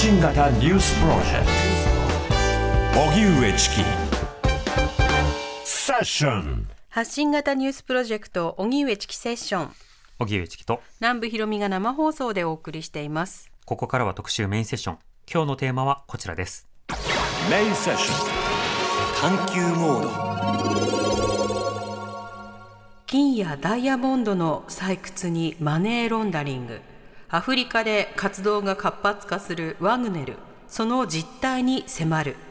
信型ニュースプロジェクト荻上チキセッション。 発信型ニュースプロジェクト荻上チキセッション、 荻上チキと南部ひろみが生放送でお送りしています。 ここからは特集メインセッション。今日のテーマはこちらです。 メインセッション探求モード。 金やダイヤモンドの採掘にマネーロンダリング。アフリカで活動が活発化するワグネル、その実態に迫る。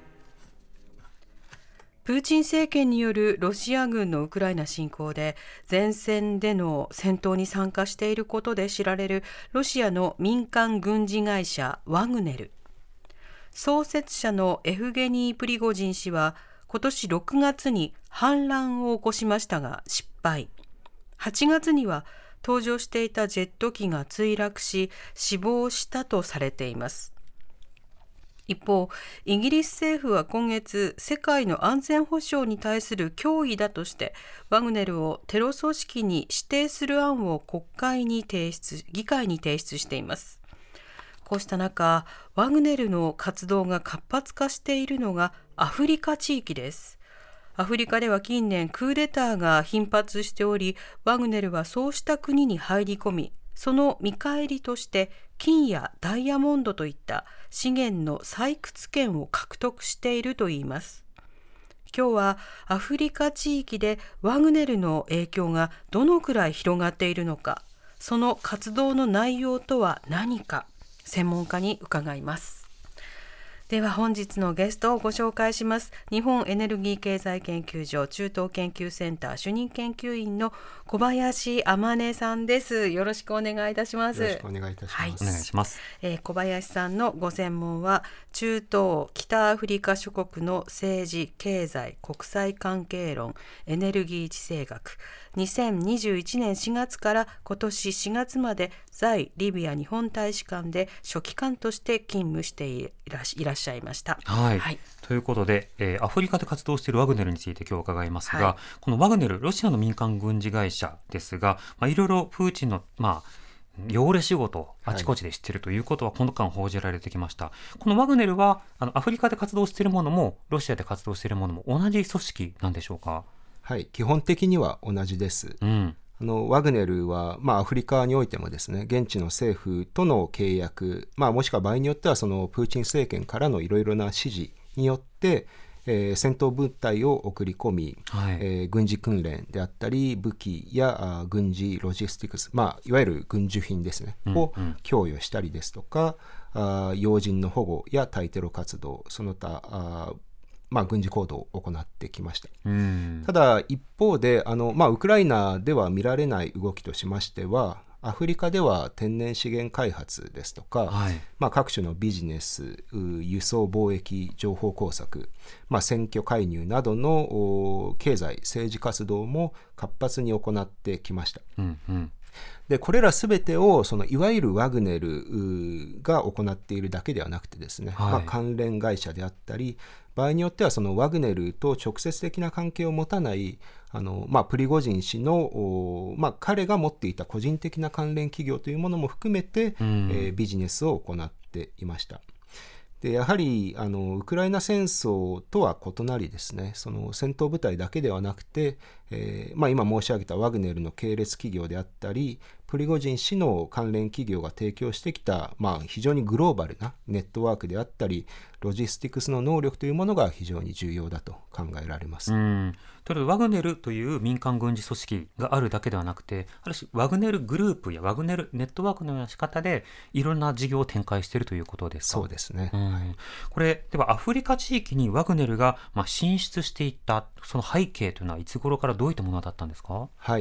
プーチン政権によるロシア軍のウクライナ侵攻で前線での戦闘に参加していることで知られるロシアの民間軍事会社ワグネル。創設者のエフゲニー・プリゴジン氏は今年6月に反乱を起こしましたが失敗。8月には搭乗していたジェット機が墜落し死亡したとされています。一方、イギリス政府は今月、世界の安全保障に対する脅威だとしてワグネルをテロ組織に指定する案を議会に提出しています。こうした中、ワグネルの活動が活発化しているのがアフリカ地域です。アフリカでは近年クーデターが頻発しており、ワグネルはそうした国に入り込み、その見返りとして金やダイヤモンドといった資源の採掘権を獲得しているといいます。今日はアフリカ地域でワグネルの影響がどのくらい広がっているのか、その活動の内容とは何か、専門家に伺います。では本日のゲストをご紹介します。日本エネルギー経済研究所中東研究センター主任研究員の小林天音さんです。よろしくお願いいたします。 よろしくお願いいたします。 はい、お願いします。 小林さんのご専門は中東北アフリカ諸国の政治経済国際関係論エネルギー地政学。2021年4月から今年4月まで在リビア日本大使館で書記官として勤務していらっしゃいました。 はい、 はい、 ということで、アフリカで活動しているワグネルについて今日伺いますが、このワグネル、ロシアの民間軍事会社ですが、いろいろプーチンの汚れ仕事あちこちで知っているということはこの間報じられてきました。このワグネルはアフリカで活動しているものもロシアで活動しているものも同じ組織なんでしょうか？ はい、基本的には同じです。ワグネルは、アフリカにおいてもですね、現地の政府との契約、もしくは場合によってはそのプーチン政権からのいろいろな指示によって、戦闘部隊を送り込み、軍事訓練であったり武器や軍事ロジスティクス、いわゆる軍需品ですね、を供与したりですとか、要人の保護や対テロ活動、その他軍事行動を行ってきました。ただ一方でウクライナでは見られない動きとしましては、アフリカでは天然資源開発ですとか、各種のビジネス、輸送貿易、情報工作、選挙介入などの経済政治活動も活発に行ってきました。でこれらすべてをいわゆるワグネルが行っているだけではなくてですね、関連会社であったり、場合によってはそのワグネルと直接的な関係を持たないプリゴジン氏の、彼が持っていた個人的な関連企業というものも含めて、ビジネスを行っていました。でやはりウクライナ戦争とは異なりですね、その戦闘部隊だけではなくて、今申し上げたワグネルの系列企業であったり、プリゴジン氏の関連企業が提供してきた、非常にグローバルなネットワークであったり、ロジスティクスの能力というものが非常に重要だと考えられます。 というワグネルという民間軍事組織があるだけではなくて、ある種ワグネルグループやワグネルネットワークのような仕方でいろんな事業を展開しているということですか？ そうですね。 これではアフリカ地域にワグネルが進出していったその背景というのはいつ頃からどういったものだったんですか？ はい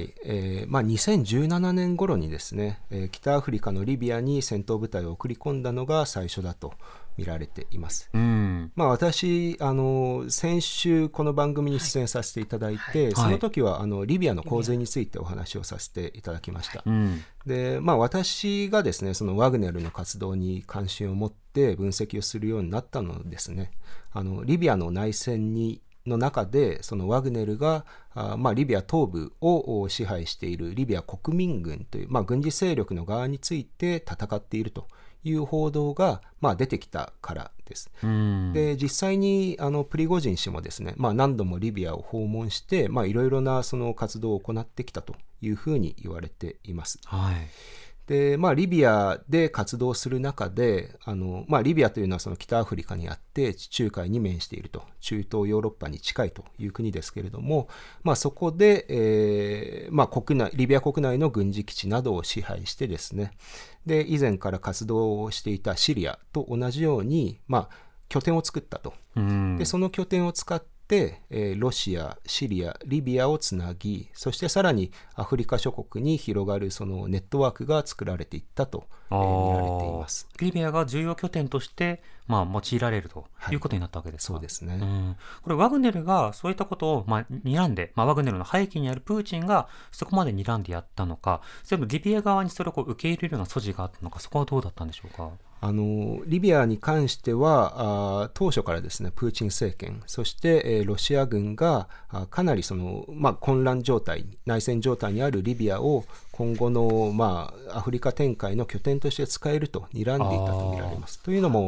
、2017年頃にですね、北アフリカのリビアに戦闘部隊を送り込んだのが最初だと見られています。私先週この番組に出演させていただいて、その時はリビアの洪水についてお話をさせていただきました。で私がですね、そのワグネルの活動に関心を持って分析をするようになったのですね、リビアの内戦にの中でそのワグネルがリビア東部を支配しているリビア国民軍という、軍事勢力の側について戦っているという報道が出てきたからです。で実際にプリゴジン氏もですね、何度もリビアを訪問していろいろなその活動を行ってきたというふうに言われています。でリビアで活動する中でリビアというのはその北アフリカにあって地中海に面していると、中東ヨーロッパに近いという国ですけれども、そこで、リビア国内の軍事基地などを支配してですね、で以前から活動をしていたシリアと同じように、拠点を作ったと。でその拠点を使ってロシア、シリア、リビアをつなぎ、そしてさらにアフリカ諸国に広がるそのネットワークが作られていったと見られています。 リビアが重要拠点として用いられるということになったわけですか。 そうですね。 これワグネルがそういったことを睨んで、ワグネルの背景にあるプーチンがそこまで睨んでやったのか、それともリビア側にそれを受け入れるような素地があったのか、そこはどうだったんでしょうか。 リビアに関しては当初からですね、プーチン政権、そして、ロシア軍がかなりその、混乱状態、内戦状態にあるリビアを今後の、アフリカ展開の拠点として使えると睨んでいたと見られます。というのも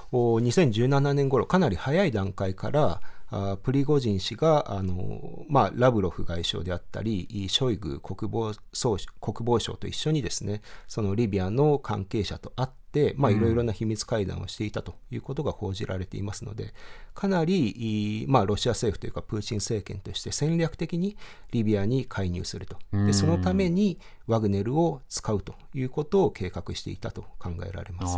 2017年頃、かなり早い段階からプリゴジン氏がラブロフ外相であったりショイグ国防相と一緒にですね、そのリビアの関係者と会っていろいろな秘密会談をしていたということが報じられていますので、かなりロシア政府というかプーチン政権として戦略的にリビアに介入すると。でそのためにワグネルを使うということを計画していたと考えられます。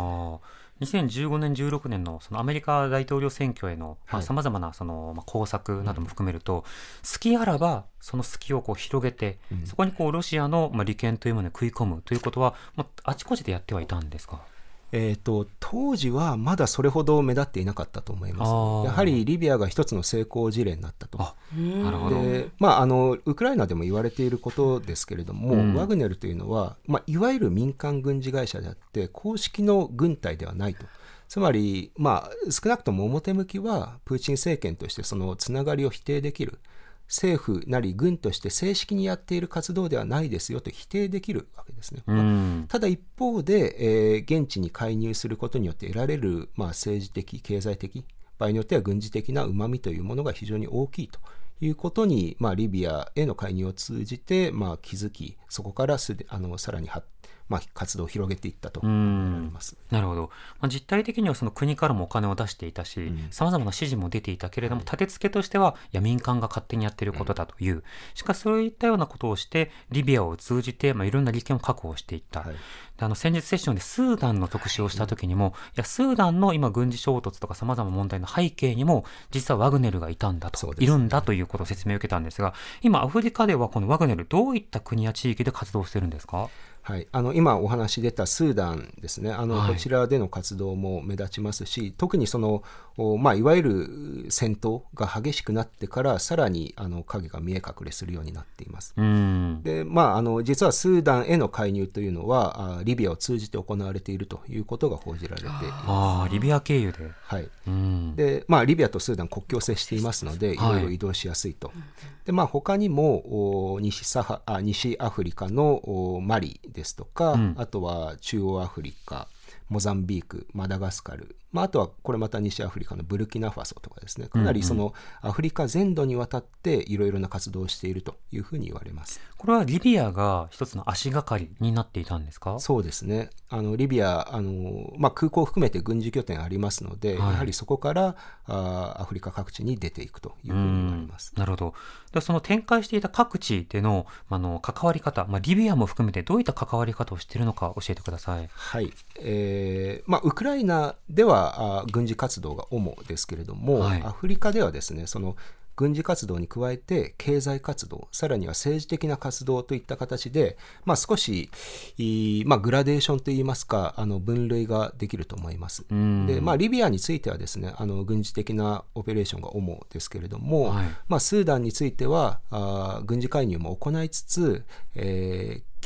2015年16年のそのアメリカ大統領選挙へのさまざまなその工作なども含めると、隙あらばその隙を広げて、そこにロシアの利権というものに食い込むということはあちこちでやってはいたんですか。 当時はまだそれほど目立っていなかったと思います。やはりリビアが一つの成功事例になったと。 なるほど。 でウクライナでも言われていることですけれども、ワグネルというのは、いわゆる民間軍事会社であって公式の軍隊ではないと。つまり、少なくとも表向きはプーチン政権としてそのつながりを否定できる、政府なり軍として正式にやっている活動ではないですよと否定できるわけですね。ただ一方で、現地に介入することによって得られる、政治的経済的、場合によっては軍事的なうまみというものが非常に大きいということに、リビアへの介入を通じて、気づき、そこからさらに活動を広げていったと考えられます。 なるほど。実態的にはその国からもお金を出していたし、さまざまな指示も出ていたけれども、立て付けとしてはいや民間が勝手にやっていることだという、しかしそういったようなことをしてリビアを通じて、いろんな利権を確保していった。で先日セッションでスーダンの特集をした時にも、スーダンの今軍事衝突とかさまざまな問題の背景にも実はワグネルがいたんだと、いるんだということを説明を受けたんですが、今アフリカではこのワグネルどういった国や地域で活動しているんですか。 今お話出たスーダンですね、こちらでの活動も目立ちますし、特にその、いわゆる戦闘が激しくなってからさらに影が見え隠れするようになっています。で実はスーダンへの介入というのはリビアを通じて行われているということが報じられています。 リビア経由で。 でリビアとスーダン国境を接していますので、いろいろ移動しやすいと。で他にも西アフリカのマリですとか、あとは中央アフリカ、モザンビーク、マダガスカル、あとはこれまた西アフリカのブルキナファソとかですね、かなりそのアフリカ全土にわたっていろいろな活動をしているというふうに言われます。 これはリビアが一つの足がかりになっていたんですか。 そうですね。リビア空港を含めて軍事拠点ありますので、やはりそこからアフリカ各地に出ていくというふうに言われます。 なるほど。でその展開していた各地での、関わり方、リビアも含めてどういった関わり方をしているのか教えてください。 ウクライナでは軍事活動が主ですけれども、アフリカではですね、その軍事活動に加えて経済活動、さらには政治的な活動といった形で、少しグラデーションといいますか分類ができると思います。でリビアについてはですね、軍事的なオペレーションが主ですけれども、スーダンについては軍事介入も行いつつ、危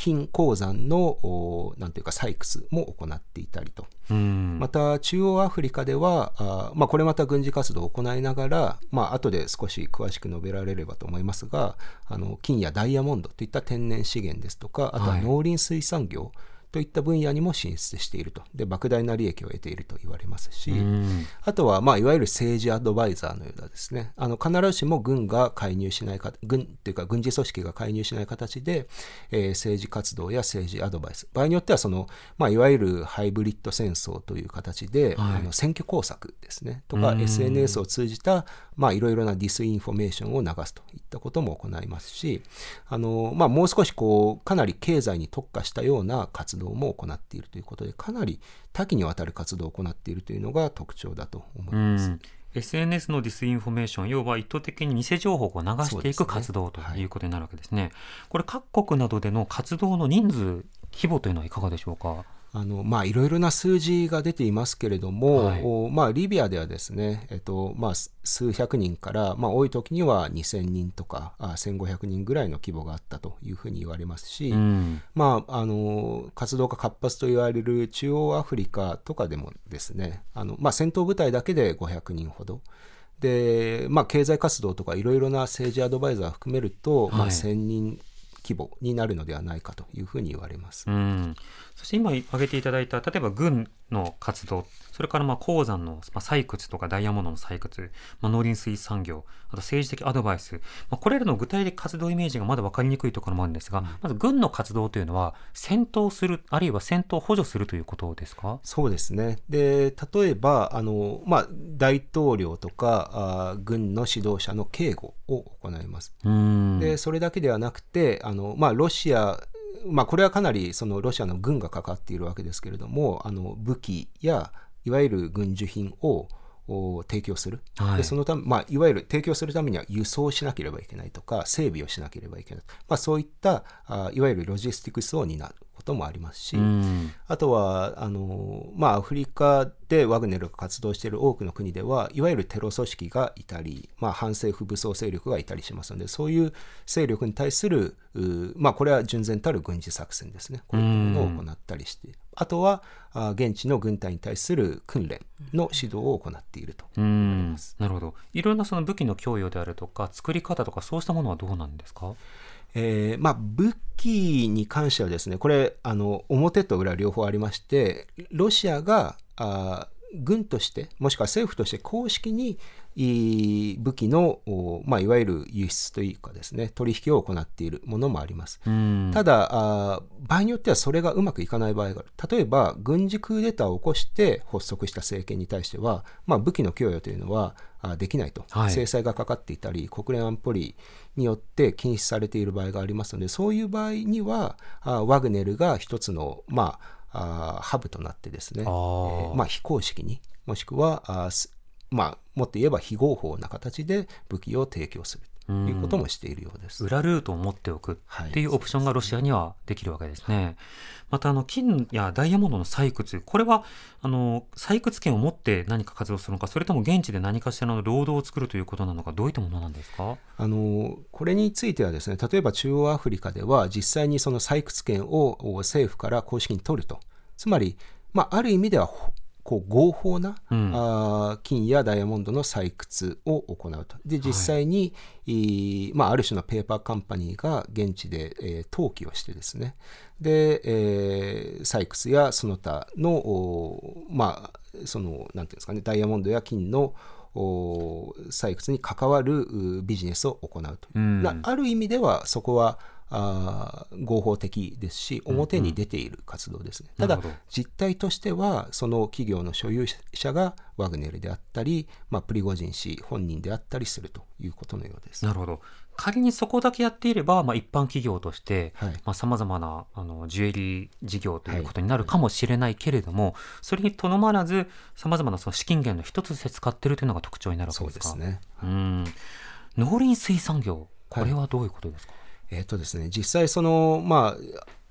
金鉱山のなんていうか採掘も行っていたりと、また中央アフリカではこれまた軍事活動を行いながら、後で少し詳しく述べられればと思いますが、金やダイヤモンドといった天然資源ですとか、あとは農林水産業といった分野にも進出していると。で、莫大な利益を得ていると言われますし、あとはいわゆる政治アドバイザーのようなですね、必ずしも軍が介入しない軍というか軍事組織が介入しない形で、政治活動や政治アドバイス、場合によってはいわゆるハイブリッド戦争という形で、選挙工作ですねとか SNS を通じたいろいろなディスインフォメーションを流すといったことも行いますし、もう少しかなり経済に特化したような活動も行っているということで、かなり多岐にわたる活動を行っているというのが特徴だと思います。 SNS のディスインフォメーション、要は意図的に偽情報を流していく活動ということになるわけですね。これ各国などでの活動の人数、規模というのはいかがでしょうか。 いろいろな数字が出ていますけれども、リビアではですね、数百人から、多い時には2000人とか1500人ぐらいの規模があったというふうに言われますし、活動が活発と言われる中央アフリカとかでもですね、戦闘部隊だけで500人ほどで、経済活動とかいろいろな政治アドバイザーを含めると、1000人規模になるのではないかというふうに言われます。 そして今挙げていただいた、例えば軍の活動、それから鉱山の採掘とかダイヤモンドの採掘、農林水産業、あと政治的アドバイス、これらの具体的活動イメージがまだ分かりにくいところもあるんですが、まず軍の活動というのは戦闘する、あるいは戦闘を補助するということですか。 そうですね。で、例えば大統領とか軍の指導者の警護を行います。で、それだけではなくてロシア、これはかなりロシアの軍が関わっているわけですけれども、武器やいわゆる軍需品を提供する、でそのため、いわゆる提供するためには輸送しなければいけないとか整備をしなければいけない、そういったいわゆるロジスティクスを担うこともありますし、あとはアフリカでワグネルが活動している多くの国ではいわゆるテロ組織がいたり、反政府武装勢力がいたりしますので、そういう勢力に対するこれは純然たる軍事作戦ですね、こういったものを行ったりして、あとは現地の軍隊に対する訓練の指導を行っていると思います。 なるほど。いろんなその武器の供与であるとか作り方とか、そうしたものはどうなんですか。 武器に関してはですね、これ表と裏両方ありまして、ロシアが軍としてもしくは政府として公式に武器の、いわゆる輸出というかですね、取引を行っているものもあります。ただ場合によってはそれがうまくいかない場合がある。例えば軍事クーデターを起こして発足した政権に対しては、武器の供与というのはできないと、制裁がかかっていたり国連安保理によって禁止されている場合がありますので、そういう場合にはワグネルが一つのハブとなってですね、非公式にもしくはもっと言えば非合法な形で武器を提供するということもしているようです。 裏ルートを持っておくっていうオプションがロシアにはできるわけですね。また金やダイヤモンドの採掘、これは採掘権を持って何か活動するのか、それとも現地で何かしらの労働を作るということなのか、どういったものなんですか。 これについてはですね、例えば中央アフリカでは実際にその採掘権を政府から公式に取ると、つまり、ある意味では合法な、金やダイヤモンドの採掘を行うと。で、実際に、ある種のペーパーカンパニーが現地で、登記をしてですね、で、採掘やその他のなんていうんですかね、ダイヤモンドや金の採掘に関わるビジネスを行うという、ある意味ではそこは合法的ですし、表に出ている活動ですね。ただ実態としてはその企業の所有者がワグネルであったり、プリゴジン氏本人であったりするということのようです。 なるほど。仮にそこだけやっていれば、一般企業としてさまざまなジュエリー事業ということになるかもしれないけれども、それにとどまらずさまざまなその資金源の一つとして使っているというのが特徴になるわけですか。 そうですね。 農林水産業、これはどういうことですか。 ですね、実際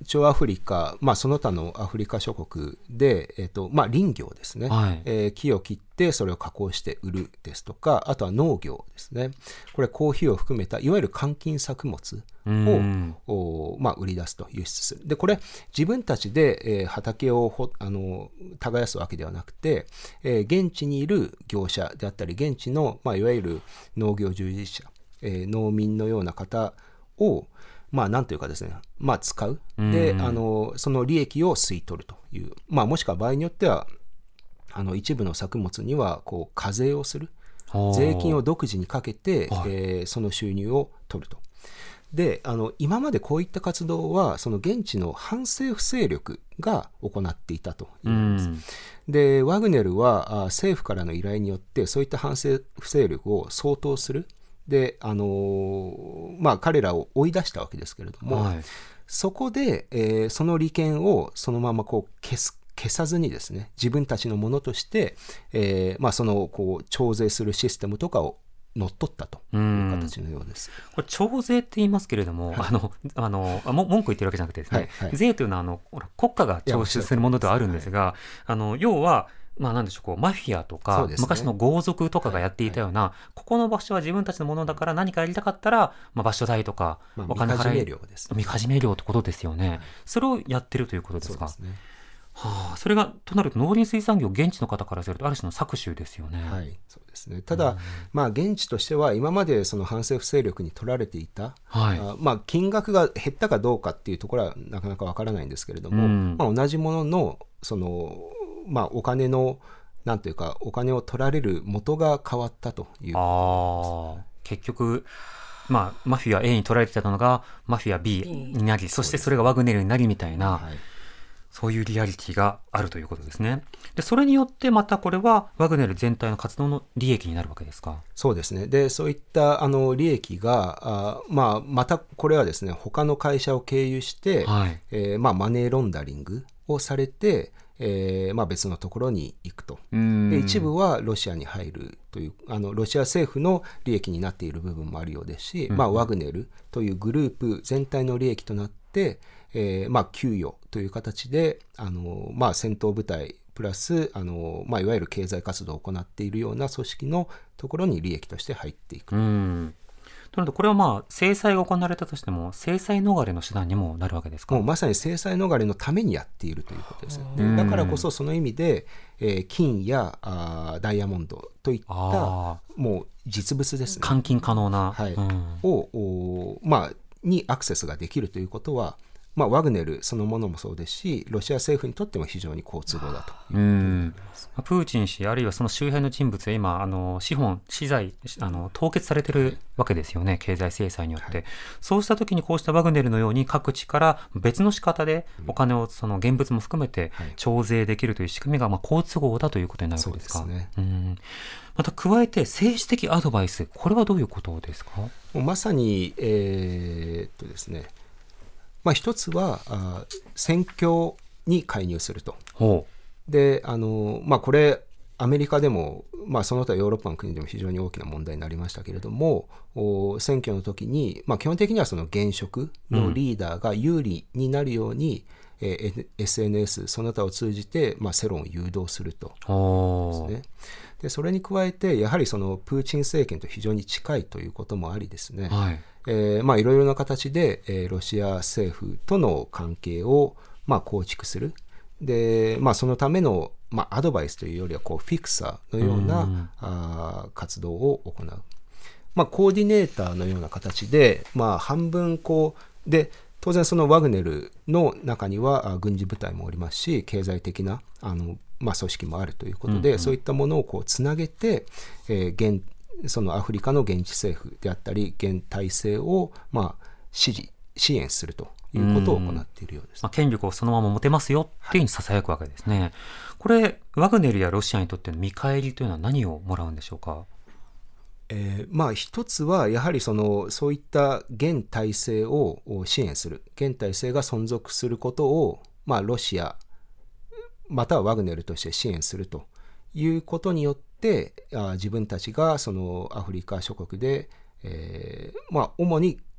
中アフリカ、その他のアフリカ諸国で、林業ですね、 はい、 木を切ってそれを加工して売るですとか、あとは農業ですね。これコーヒーを含めたいわゆる換金作物を売り出すと、輸出する。でこれ自分たちで、畑を耕すわけではなくて、現地にいる業者であったり現地の、いわゆる農業従事者、農民のような方をなんというかですね、使う。で、その利益を吸い取るという。もしくは場合によっては、一部の作物にはこう課税をする。税金を独自にかけて、その収入を取ると。で、今までこういった活動は、その現地の反政府勢力が行っていたというんです。で、ワグネルは政府からの依頼によって、そういった反政府勢力を掃討する。で彼らを追い出したわけですけれども、そこで、その利権をそのままこう消さずにですね、自分たちのものとして、そのこう徴税するシステムとかを乗っ取ったという形のようです。 これ徴税って言いますけれども、文句言ってるわけじゃなくてですね、税というのは国家が徴収するものではあるんですが、要はなんでしょう、マフィアとか、昔の豪族とかがやっていたような、ここの場所は自分たちのものだから何かやりたかったら、場所代とかお金払い、みかじめ料ってことですよね。それをやってるということですか。そうですね。それがとなると農林水産業、現地の方からするとある種の搾取ですよね。 そうですね。ただ、現地としては今までその反政府勢力に取られていた、金額が減ったかどうかっていうところはなかなかわからないんですけれども、同じもののそのお金のなんというか、お金を取られる元が変わったということです。 結局マフィア A に取られてたのがマフィア B になり、そしてそれがワグネルになりみたいな、そういうリアリティがあるということですね。でそれによってまたこれはワグネル全体の活動の利益になるわけですか。 そうですね。でそういった利益がまたこれはですね、他の会社を経由して、マネーロンダリングをされて、別のところに行くと。で一部はロシアに入るというロシア政府の利益になっている部分もあるようですし、ワグネルというグループ全体の利益となって、給与という形で戦闘部隊プラスいわゆる経済活動を行っているような組織のところに利益として入っていく。 となるとこれは制裁が行われたとしても制裁逃れの手段にもなるわけですか。 もうまさに制裁逃れのためにやっているということです。だからこそその意味で、金やダイヤモンドといったもう実物ですね、 換金可能な、 にアクセスができるということは、ワグネルそのものもそうですし、ロシア政府にとっても非常に好都合だということになります。 プーチン氏あるいはその周辺の人物は今資本資財凍結されているわけですよね、経済制裁によって、そうした時にこうしたワグネルのように各地から別の仕方でお金をその現物も含めて徴税できるという仕組みが好都合だということになるわけですか。 そうですね。 また加えて政治的アドバイス、これはどういうことですか。 もうまさにですね、一つは選挙に介入すると。でこれアメリカでも、その他ヨーロッパの国でも非常に大きな問題になりましたけれども、選挙の時に、基本的にはその現職のリーダーが有利になるように、SNS その他を通じて、世論を誘導するとですね。でそれに加えてやはりそのプーチン政権と非常に近いということもありですね、いろいろな形で、ロシア政府との関係を、構築する。で、そのための、アドバイスというよりはフィクサーのような活動を行う。コーディネーターのような形で、半分で当然そのワグネルの中には軍事部隊もおりますし、経済的な組織もあるということで、そういったものをつなげて、そのアフリカの現地政府であったり現体制を支援するということを行っているようです。 権力をそのまま持てますよっていうふうにささやくわけですね。これワグネルやロシアにとっての見返りというのは何をもらうんでしょうか。 一つはやはりそういった現体制を支援する、現体制が存続することを、ロシアまたはワグネルとして支援するということによって自分たちがそのアフリカ諸国で、主に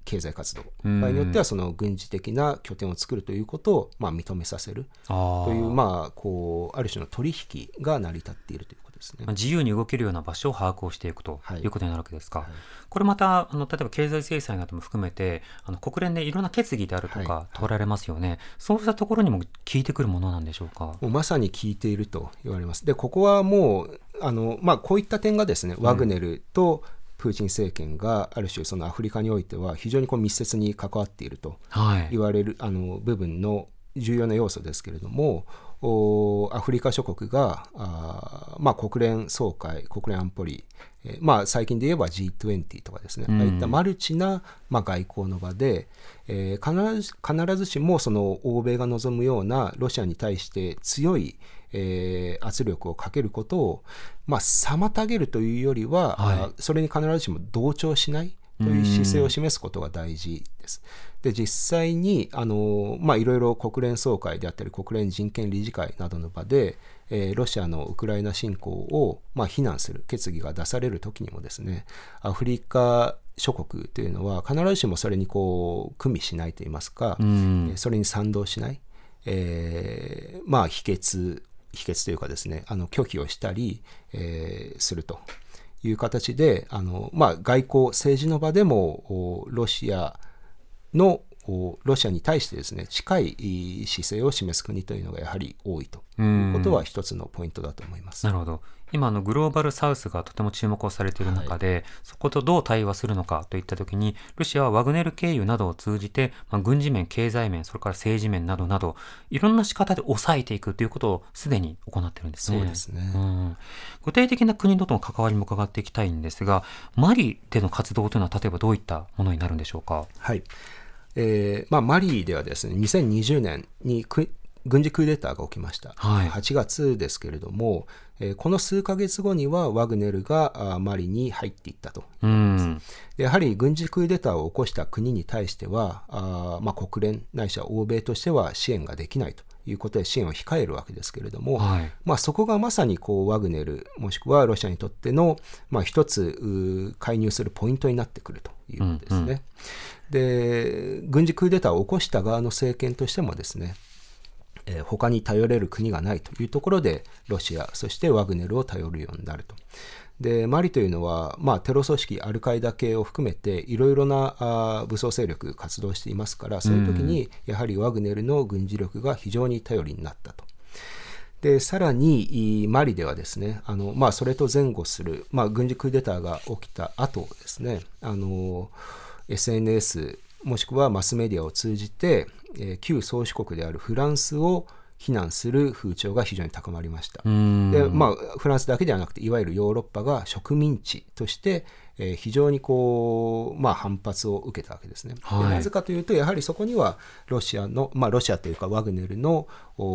経済活動、場合によってはその軍事的な拠点を作るということを認めさせるという、こうある種の取引が成り立っているということですね。 自由に動けるような場所を把握をしていくということになるわけですか。これまた例えば経済制裁なども含めて国連でいろんな決議であるとか取られますよね。そうしたところにも効いてくるものなんでしょうか。 もうまさに効いていると言われます。でここはもうこういった点がですね、ワグネルとプーチン政権がある種そのアフリカにおいては非常に密接に関わっていると言われる、部分の重要な要素ですけれども、アフリカ諸国が国連総会、国連安保理、最近で言えば G20 とかですね、ああいったマルチな外交の場で、必ずしもその欧米が望むようなロシアに対して強い圧力をかけることを、妨げるというよりは、それに必ずしも同調しないという姿勢を示すことが大事です。で実際にいろいろ国連総会であったり国連人権理事会などの場で、ロシアのウクライナ侵攻を非難する決議が出される時にもですね、アフリカ諸国というのは必ずしもそれに組みしないといいますか、それに賛同しない、否決というかですね、拒否をしたり、するという形で外交政治の場でもロシアに対してですね近い姿勢を示す国というのがやはり多いということは一つのポイントだと思います。 なるほど。今グローバルサウスがとても注目をされている中で、そことどう対話するのかといったときに、ロシアはワグネル経由などを通じて、軍事面、経済面、それから政治面などなどいろんな仕方で抑えていくということをすでに行っているんですね。 そうですね。 具体的な国との関わりも伺っていきたいんですが、マリでの活動というのは例えばどういったものになるんでしょうか。 はい。マリではですね、2020年に軍事クーデターが起きました。8月ですけれども、この数ヶ月後にはワグネルがマリに入っていったということです。やはり軍事クーデターを起こした国に対しては国連ないしは欧米としては支援ができないということで支援を控えるわけですけれども、そこがまさにワグネルもしくはロシアにとっての一つ介入するポイントになってくるということですね。で軍事クーデターを起こした側の政権としてもですね、他に頼れる国がないというところでロシアそしてワグネルを頼るようになると。でマリというのは、テロ組織アルカイダ系を含めていろいろな武装勢力活動していますから、そういう時にやはりワグネルの軍事力が非常に頼りになったと。でさらにマリではですね、それと前後する、軍事クーデターが起きた後ですね、SNS もしくはマスメディアを通じて、旧宗主国であるフランスを非難する風潮が非常に高まりました。でフランスだけではなくていわゆるヨーロッパが植民地として、非常に反発を受けたわけですね。でなぜかというとやはりそこにはロシアというかワグネルの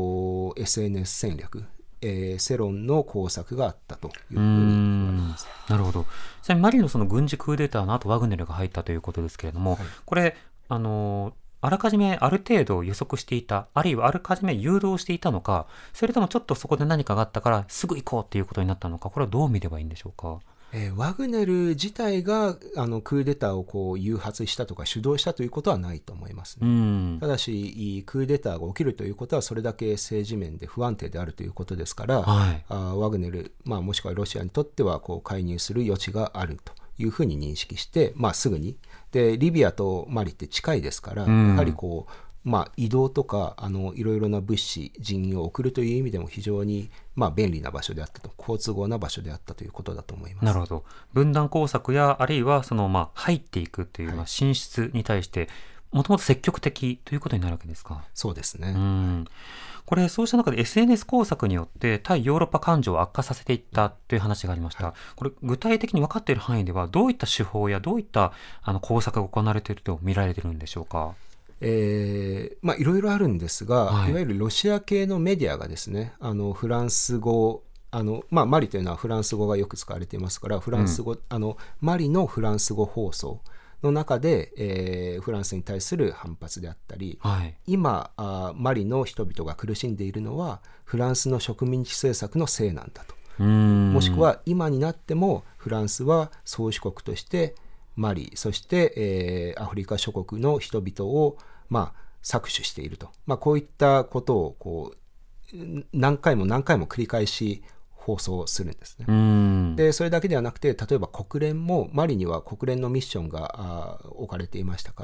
SNS 戦略、世論の工作があったというふうに言われます。 なるほど。ちなみにマリのその軍事クーデターの後ワグネルが入ったということですけれども、これあらかじめある程度予測していた、あるいはあらかじめ誘導していたのか、それともちょっとそこで何かがあったからすぐ行こうということになったのか、これはどう見ればいいんでしょうか。 ワグネル自体がクーデターを誘発したとか主導したということはないと思いますね。ただしクーデターが起きるということはそれだけ政治面で不安定であるということですから、ワグネル、もしくはロシアにとっては介入する余地があるというふうに認識して、すぐにでリビアとマリって近いですから、やはり移動とかいろいろな物資人員を送るという意味でも非常に便利な場所であったと、好都合な場所であったということだと思います。 なるほど。分断工作やあるいは入っていくという進出に対してもともと積極的ということになるわけですか。 そうですね。 これそうした中で SNS 工作によって対ヨーロッパ感情を悪化させていったという話がありました。これ具体的に分かっている範囲ではどういった手法やどういった工作が行われていると見られているんでしょうか。 いろいろあるんですが、いわゆるロシア系のメディアがですね、フランス語マリというのはフランス語がよく使われていますから、フランス語マリのフランス語放送の中で、フランスに対する反発であったり、今マリの人々が苦しんでいるのはフランスの植民地政策のせいなんだと、もしくは今になってもフランスは宗主国としてマリ、そして、アフリカ諸国の人々を、搾取していると、こういったことを何回も何回も繰り返し放送するんですね。でそれだけではなくて、例えば国連も、マリには国連のミッションが置かれていましたから、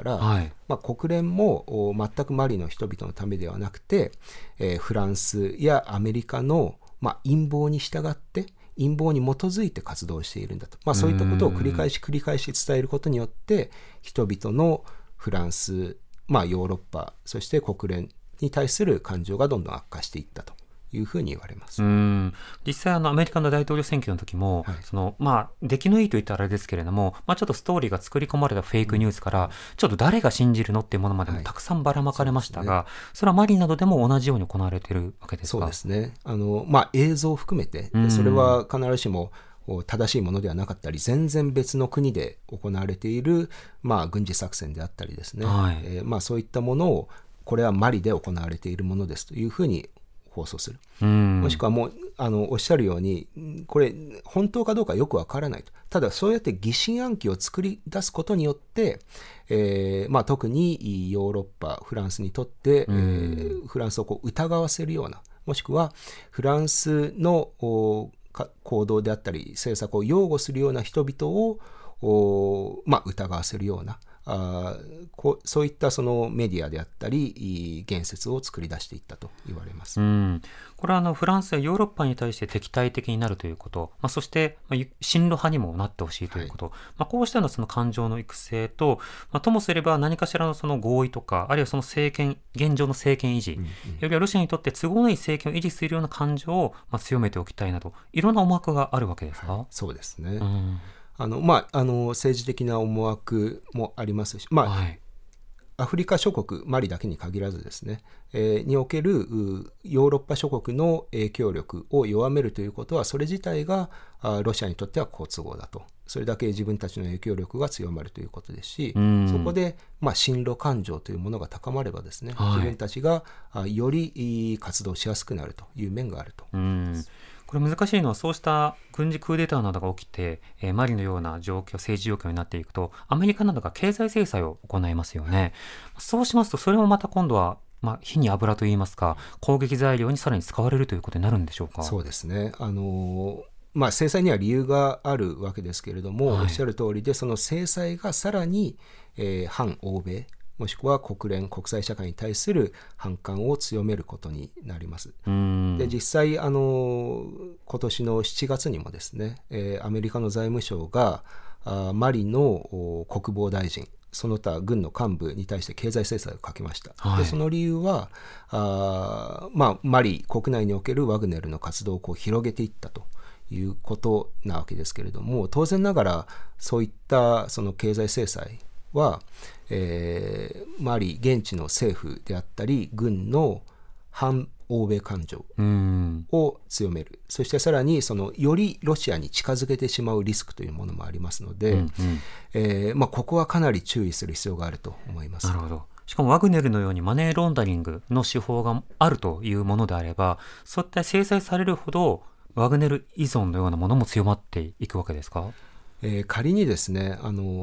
国連も全くマリの人々のためではなくて、フランスやアメリカの、陰謀に従って陰謀に基づいて活動しているんだと、そういったことを繰り返し伝えることによって、人々のフランス、ヨーロッパ、そして国連に対する感情がどんどん悪化していったというふうに言われます。 実際アメリカの大統領選挙の時も、出来のいいと言ったらあれですけれども、ちょっとストーリーが作り込まれたフェイクニュースから、ちょっと誰が信じるのっていうものまでもたくさんばらまかれましたが、それはマリなどでも同じように行われているわけですか？ そうですね。映像を含めて、それは必ずしも正しいものではなかったり、全然別の国で行われている、軍事作戦であったりですね、そういったものを、これはマリで行われているものですというふうに放送する。もしくはもうおっしゃるように、これ本当かどうかよくわからないと。ただそうやって疑心暗鬼を作り出すことによって、特にヨーロッパ、フランスにとって、フランスを疑わせるような、もしくはフランスの行動であったり政策を擁護するような人々を疑わせるような、そういったそのメディアであったり言説を作り出していったと言われます。 これはフランスやヨーロッパに対して敵対的になるということ、そして親ロ派にもなってほしいということ、こうしたようなその感情の育成と、ともすれば何かしらのその合意とか、あるいはその政権、現状の政権維持、よりはロシアにとって都合のいい政権を維持するような感情を強めておきたいなど、いろんな思惑があるわけですか？ そうですね。政治的な思惑もありますし、アフリカ諸国、マリだけに限らずですね、におけるヨーロッパ諸国の影響力を弱めるということは、それ自体がロシアにとっては好都合だと。それだけ自分たちの影響力が強まるということですし、そこで親ロ感情というものが高まればですね、自分たちがより活動しやすくなるという面があると思います。 これ難しいのは、そうした軍事クーデターなどが起きて、マリのような状況、政治状況になっていくと、アメリカなどが経済制裁を行いますよね。そうしますと、それもまた今度は、火に油といいますか、攻撃材料にさらに使われるということになるんでしょうか？ そうですね。制裁には理由があるわけですけれども、おっしゃる通りで、その制裁がさらに、反欧米、もしくは国連、国際社会に対する反感を強めることになります。で、実際今年の7月にもですね、アメリカの財務省がマリの国防大臣、その他軍の幹部に対して経済制裁をかけました。でその理由はマリ国内におけるワグネルの活動を広げていったということなわけですけれども、当然ながらそういったその経済制裁は、マリ現地の政府であったり軍の反欧米感情を強める、そしてさらによりロシアに近づけてしまうリスクというものもありますので、ここはかなり注意する必要があると思います。 なるほど。しかもワグネルのようにマネーロンダリングの手法があるというものであれば、そういった制裁されるほどワグネル依存のようなものも強まっていくわけですか？ 仮にですね、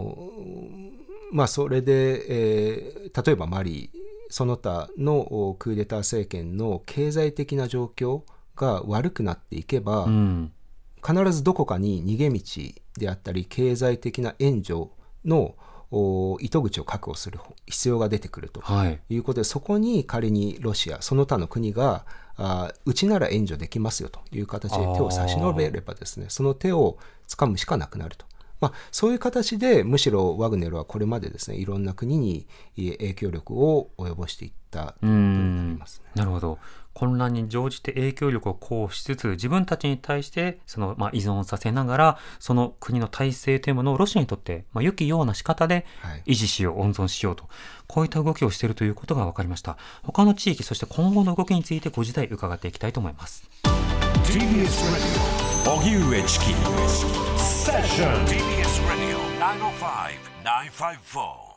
それで、例えばマリ、その他のクーデター政権の経済的な状況が悪くなっていけば、必ずどこかに逃げ道であったり経済的な援助の糸口を確保する必要が出てくるということで、そこに仮にロシア、その他の国がうちなら援助できますよという形で手を差し伸べればですね、その手を掴むしかなくなると。そういう形でむしろワグネルはこれまでですね、いろんな国に影響力を及ぼしていったとになりますね。 なるほど。混乱に乗じて影響力を行使しつつ、自分たちに対して依存させながら、その国の体制というものをロシアにとって良きような仕方で維持しよう、温存しようと、こういった動きをしているということが分かりました。他の地域、そして今後の動きについてご自体伺っていきたいと思います。 TBS Radio 荻上チキセッション TBS Radio 905-954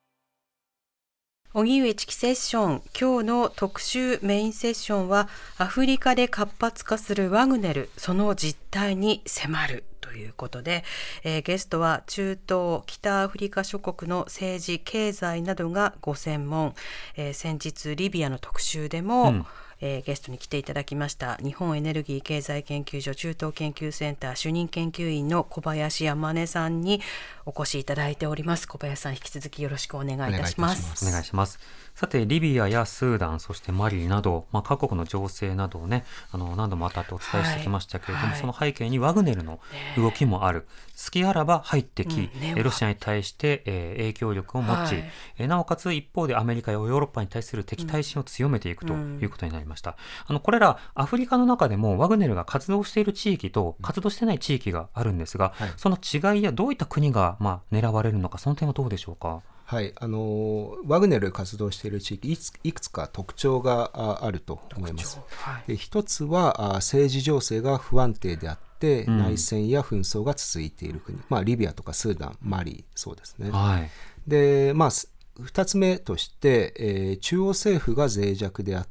荻上チキセッション、今日の特集メインセッションはアフリカで活発化するワグネル、その実態に迫るとということで、ゲストは中東北アフリカ諸国の政治経済などがご専門、先日リビアの特集でも、ゲストに来ていただきました日本エネルギー経済研究所中東研究センター主任研究員の小林山根さんにお越しいただいております。小林さん、引き続きよろしくお願いいたします。 お願いします。さて、リビアやスーダン、そしてマリなど、各国の情勢などをね、何度も当たってお伝えしてきましたけれども、その背景にワグネルの動きもある。隙あらば入ってき、ロシアに対して、影響力を持ち、なおかつ一方でアメリカやヨーロッパに対する敵対心を強めていくということになりました。これらアフリカの中でもワグネルが活動している地域と活動していない地域があるんですが、その違いやどういった国が狙われるのか、その点はどうでしょうか。 はい、ワグネル活動している地域、いくつか特徴があると思います。で、一つは政治情勢が不安定であって、内戦や紛争が続いている国、リビアとかスーダン、マリ、そうですね。で、2つ目として、中央政府が脆弱であって、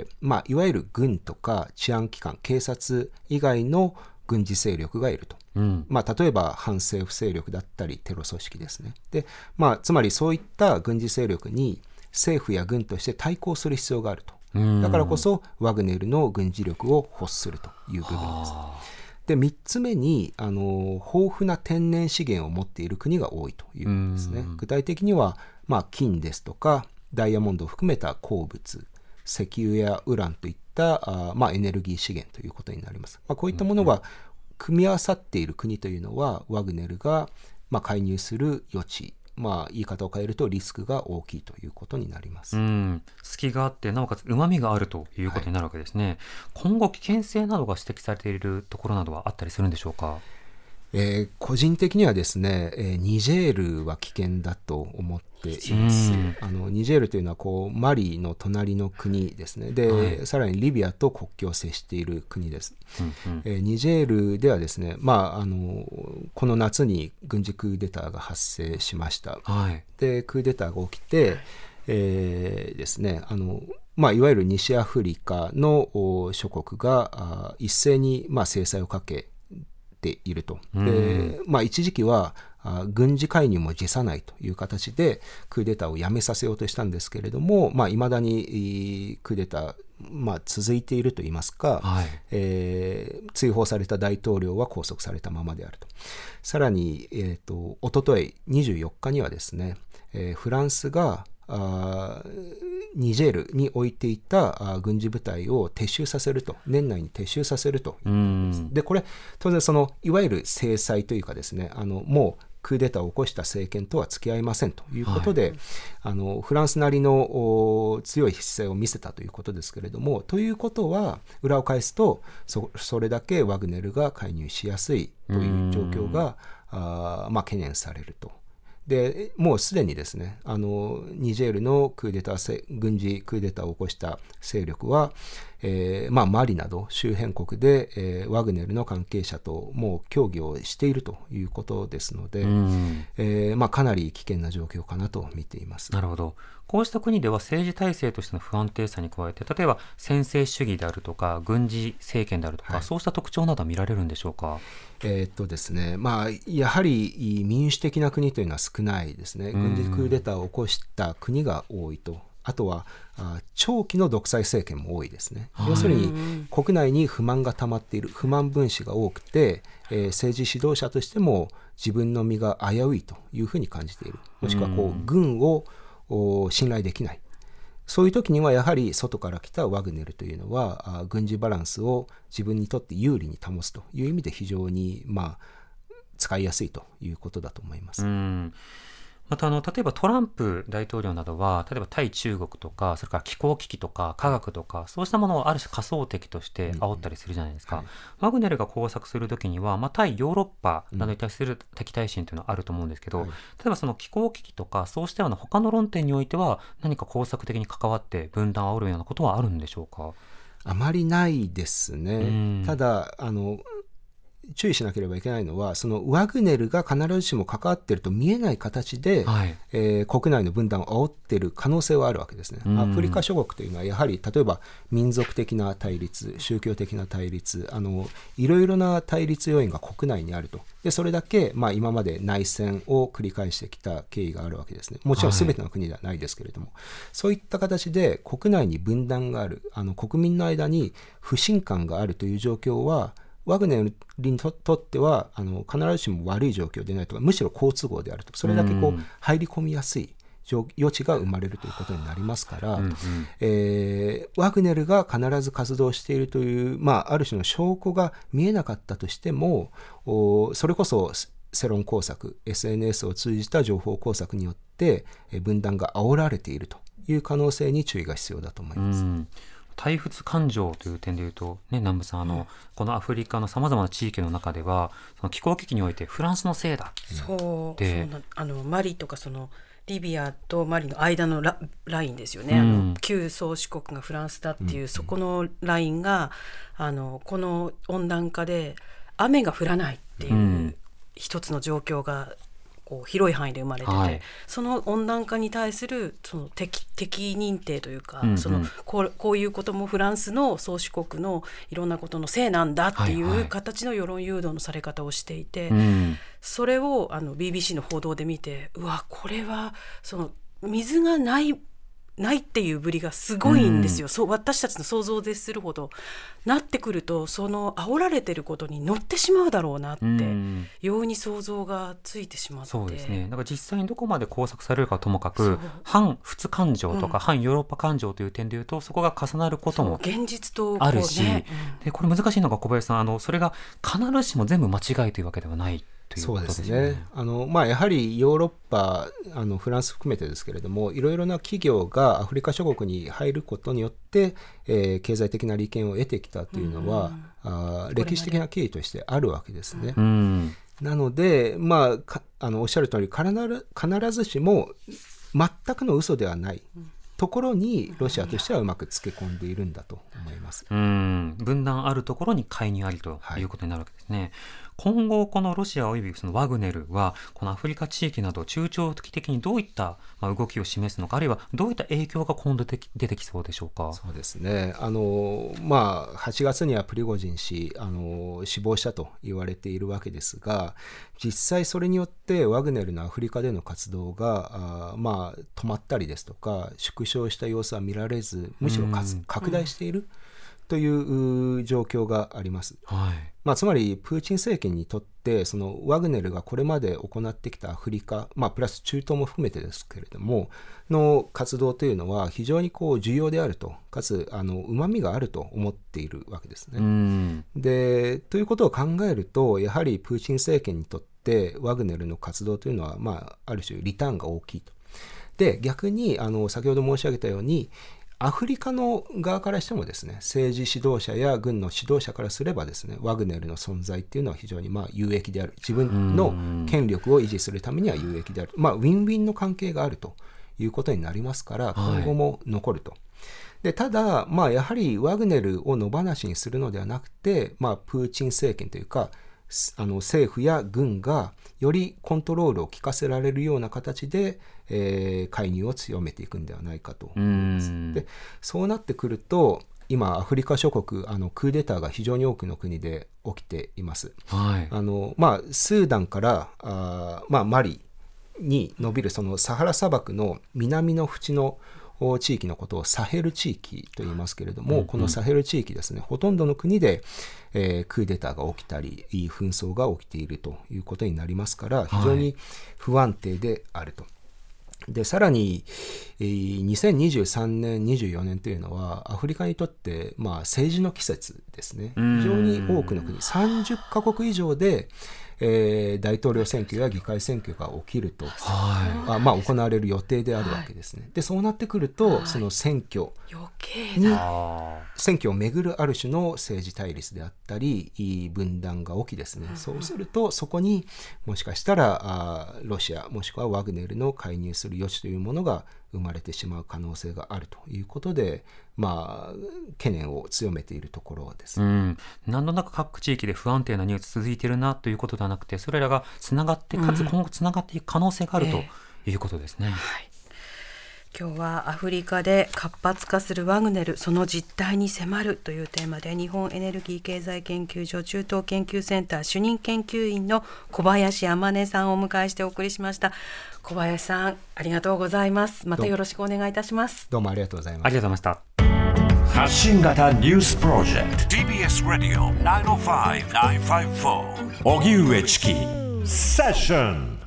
いわゆる軍とか治安機関、警察以外の軍事勢力がいると。例えば反政府勢力だったりテロ組織ですね。で、つまりそういった軍事勢力に政府や軍として対抗する必要があると。だからこそワグネルの軍事力を欲するという部分です。で、3つ目に豊富な天然資源を持っている国が多いということですね。具体的には、金ですとかダイヤモンドを含めた鉱物、石油やウランといったエネルギー資源ということになります。こういったものが組み合わさっている国というのはワグネルが介入する余地、言い方を変えるとリスクが大きいということになります。 隙があってなおかつ旨味があるということになるわけですね。今後危険性などが指摘されているところなどはあったりするんでしょうか。 個人的にはですね、ニジェールは危険だと思っています。ニジェールというのはマリの隣の国ですね。で、さらにリビアと国境を接している国です。ニジェールではですね、この夏に軍事クーデターが発生しました。で、クーデターが起きて、ですね、いわゆる西アフリカの諸国が一斉に制裁をかけていると。で、一時期は軍事介入も辞さないという形でクーデターをやめさせようとしたんですけれども、未だにクーデター、続いているといいますか、追放された大統領は拘束されたままであると。さらに、おととい24日にはですね、フランスがニジェールに置いていた軍事部隊を撤収させると、年内に撤収させるということです。で、これ当然いわゆる制裁というかですね、もうクーデターを起こした政権とは付き合いませんということで、フランスなりの強い姿勢を見せたということですけれども、ということは裏を返すと それだけワグネルが介入しやすいという状況が懸念されると。で、もうすでにですね、ニジェールの軍事クーデターを起こした勢力は、マリなど周辺国で、ワグネルの関係者ともう協議をしているということですので、かなり危険な状況かなと見ています。 なるほど。こうした国では政治体制としての不安定さに加えて、例えば専制主義であるとか軍事政権であるとか、そうした特徴などは見られるんでしょうか。 ですね、やはり民主的な国というのは少ないですね。軍事クーデターを起こした国が多いと。あとは長期の独裁政権も多いですね。要するに国内に不満が溜まっている、不満分子が多くて、政治指導者としても自分の身が危ういというふうに感じている。もしくは軍を信頼できない。そういう時にはやはり外から来たワグネルというのは軍事バランスを自分にとって有利に保つという意味で非常に使いやすいということだと思います。 また例えばトランプ大統領などは、例えば対中国とか、それから気候危機とか科学とか、そうしたものをある種仮想敵として煽ったりするじゃないですか。ワグネルが工作するときには、対ヨーロッパなどに対する敵対心というのはあると思うんですけど、例えばその気候危機とかそうしたような他の論点においては何か工作的に関わって分断を煽るようなことはあるんでしょうか。 あまりないですね。ただ注意しなければいけないのは、そのワグネルが必ずしも関わっていると見えない形で、はい国内の分断を煽っている可能性はあるわけですね。アフリカ諸国というのはやはり例えば民族的な対立、宗教的な対立、いろいろな対立要因が国内にあると。でそれだけ、今まで内戦を繰り返してきた経緯があるわけですね。もちろん全ての国ではないですけれども、そういった形で国内に分断がある、国民の間に不信感があるという状況はワグネルにとっては必ずしも悪い状況でないとか、むしろ好都合であると。それだけ入り込みやすい余地が生まれるということになりますから、ワグネルが必ず活動しているという、ある種の証拠が見えなかったとしても、それこそ世論工作、 SNS を通じた情報工作によって分断が煽られているという可能性に注意が必要だと思います。 対仏感情という点でいうと、南部さん、このアフリカのさまざまな地域の中ではその気候危機においてフランスのせいだそうマリとかそのリビアとマリの間の ラインですよね、旧宗主国がフランスだっていう、そこのラインがこの温暖化で雨が降らないっていう一つの状況がこう広い範囲で生まれてて、その温暖化に対するその敵認定というか、こういうこともフランスの宗主国のいろんなことのせいなんだっていう形の世論誘導のされ方をしていて、それをBBC の報道で見て、うわこれはその水がないっていうぶりがすごいんですよ。そう私たちの想像を絶するほどなってくると、その煽られてることに乗ってしまうだろうなって容易に想像がついてしまって、 そうですね。だから実際にどこまで工作されるかともかく、反仏感情とか反ヨーロッパ感情という点でいうと、そこが重なることも現実とあるし、でこれ難しいのが小林さん、それが必ずしも全部間違いというわけではないということですね。 そうですね。やはりヨーロッパフランス含めてですけれども、いろいろな企業がアフリカ諸国に入ることによって、経済的な利権を得てきたというのは、歴史的な経緯としてあるわけですね。なので、おっしゃる通り必ずしも全くの嘘ではないところにロシアとしてはうまくつけ込んでいるんだと思います。 分断あるところに介入ありということになるわけですね。今後このロシアおよびそのワグネルはこのアフリカ地域など中長期的にどういった動きを示すのか、あるいはどういった影響が今度出てきそうでしょうか。 そうですね。8月にはプリゴジン氏死亡したと言われているわけですが、実際それによってワグネルのアフリカでの活動が止まったりですとか縮小した様子は見られず、むしろ拡大しているという状況があります。つまりプーチン政権にとってそのワグネルがこれまで行ってきたアフリカ、プラス中東も含めてですけれどもの活動というのは非常に重要であると、かつ旨味があると思っているわけですね。でということを考えると、やはりプーチン政権にとってワグネルの活動というのは、ある種リターンが大きいと。で逆に先ほど申し上げたようにアフリカの側からしてもですね、政治指導者や軍の指導者からすればですね、ワグネルの存在っていうのは非常に有益である、自分の権力を維持するためには有益である、ウィンウィンの関係があるということになりますから、今後も残ると。でただ、やはりワグネルを野放しにするのではなくて、プーチン政権というか政府や軍がよりコントロールを効かせられるような形で、介入を強めていくんではないかと思います。でそうなってくると、今アフリカ諸国クーデターが非常に多くの国で起きています。スーダンからマリに伸びるそのサハラ砂漠の南の縁の地域のことをサヘル地域と言いますけれども、このサヘル地域ですね、ほとんどの国で、クーデターが起きたり紛争が起きているということになりますから、非常に不安定であると。でさらに2023年24年というのはアフリカにとって政治の季節ですね。非常に多くの国30カ国以上で大統領選挙や議会選挙が起きると、行われる予定であるわけですね。でそうなってくると、その選挙に選挙をめぐるある種の政治対立であったり分断が起きですね、そうするとそこにもしかしたらロシアもしくはワグネルの介入する余地というものが生まれてしまう可能性があるということで、懸念を強めているところです。 何となく各地域で不安定なニュース続いているなということではなくて、それらがつながってかつ今後つながっていく可能性があるということですね。 今日はアフリカで活発化するワグネル、その実態に迫るというテーマで、日本エネルギー経済研究所中東研究センター主任研究員の小林天音さんをお迎えしてお送りしました。小林さん、ありがとうございます。またよろしくお願いいたします。 どうもありがとうございます。 ありがとうございました。 発信型ニュースプロジェクト TBS ラディオ905-954荻上チキセッション。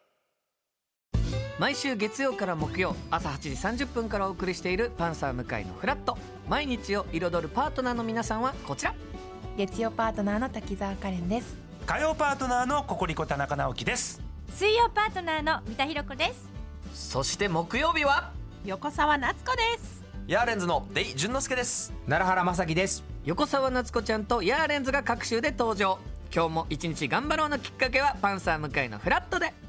毎週月曜から木曜朝8時30分からお送りしているパンサー向井のフラット。毎日を彩るパートナーの皆さんはこちら。 月曜パートナーの滝沢カレンです。 火曜パートナーのココリコ田中直樹です。 水曜パートナーの三田寛子です。 そして木曜日は横澤夏子です。 ヤーレンズのデイ淳之介です。 奈良原正樹です。 横澤夏子ちゃんとヤーレンズが各週で登場。今日も一日頑張ろうのきっかけはパンサー向井のフラットで。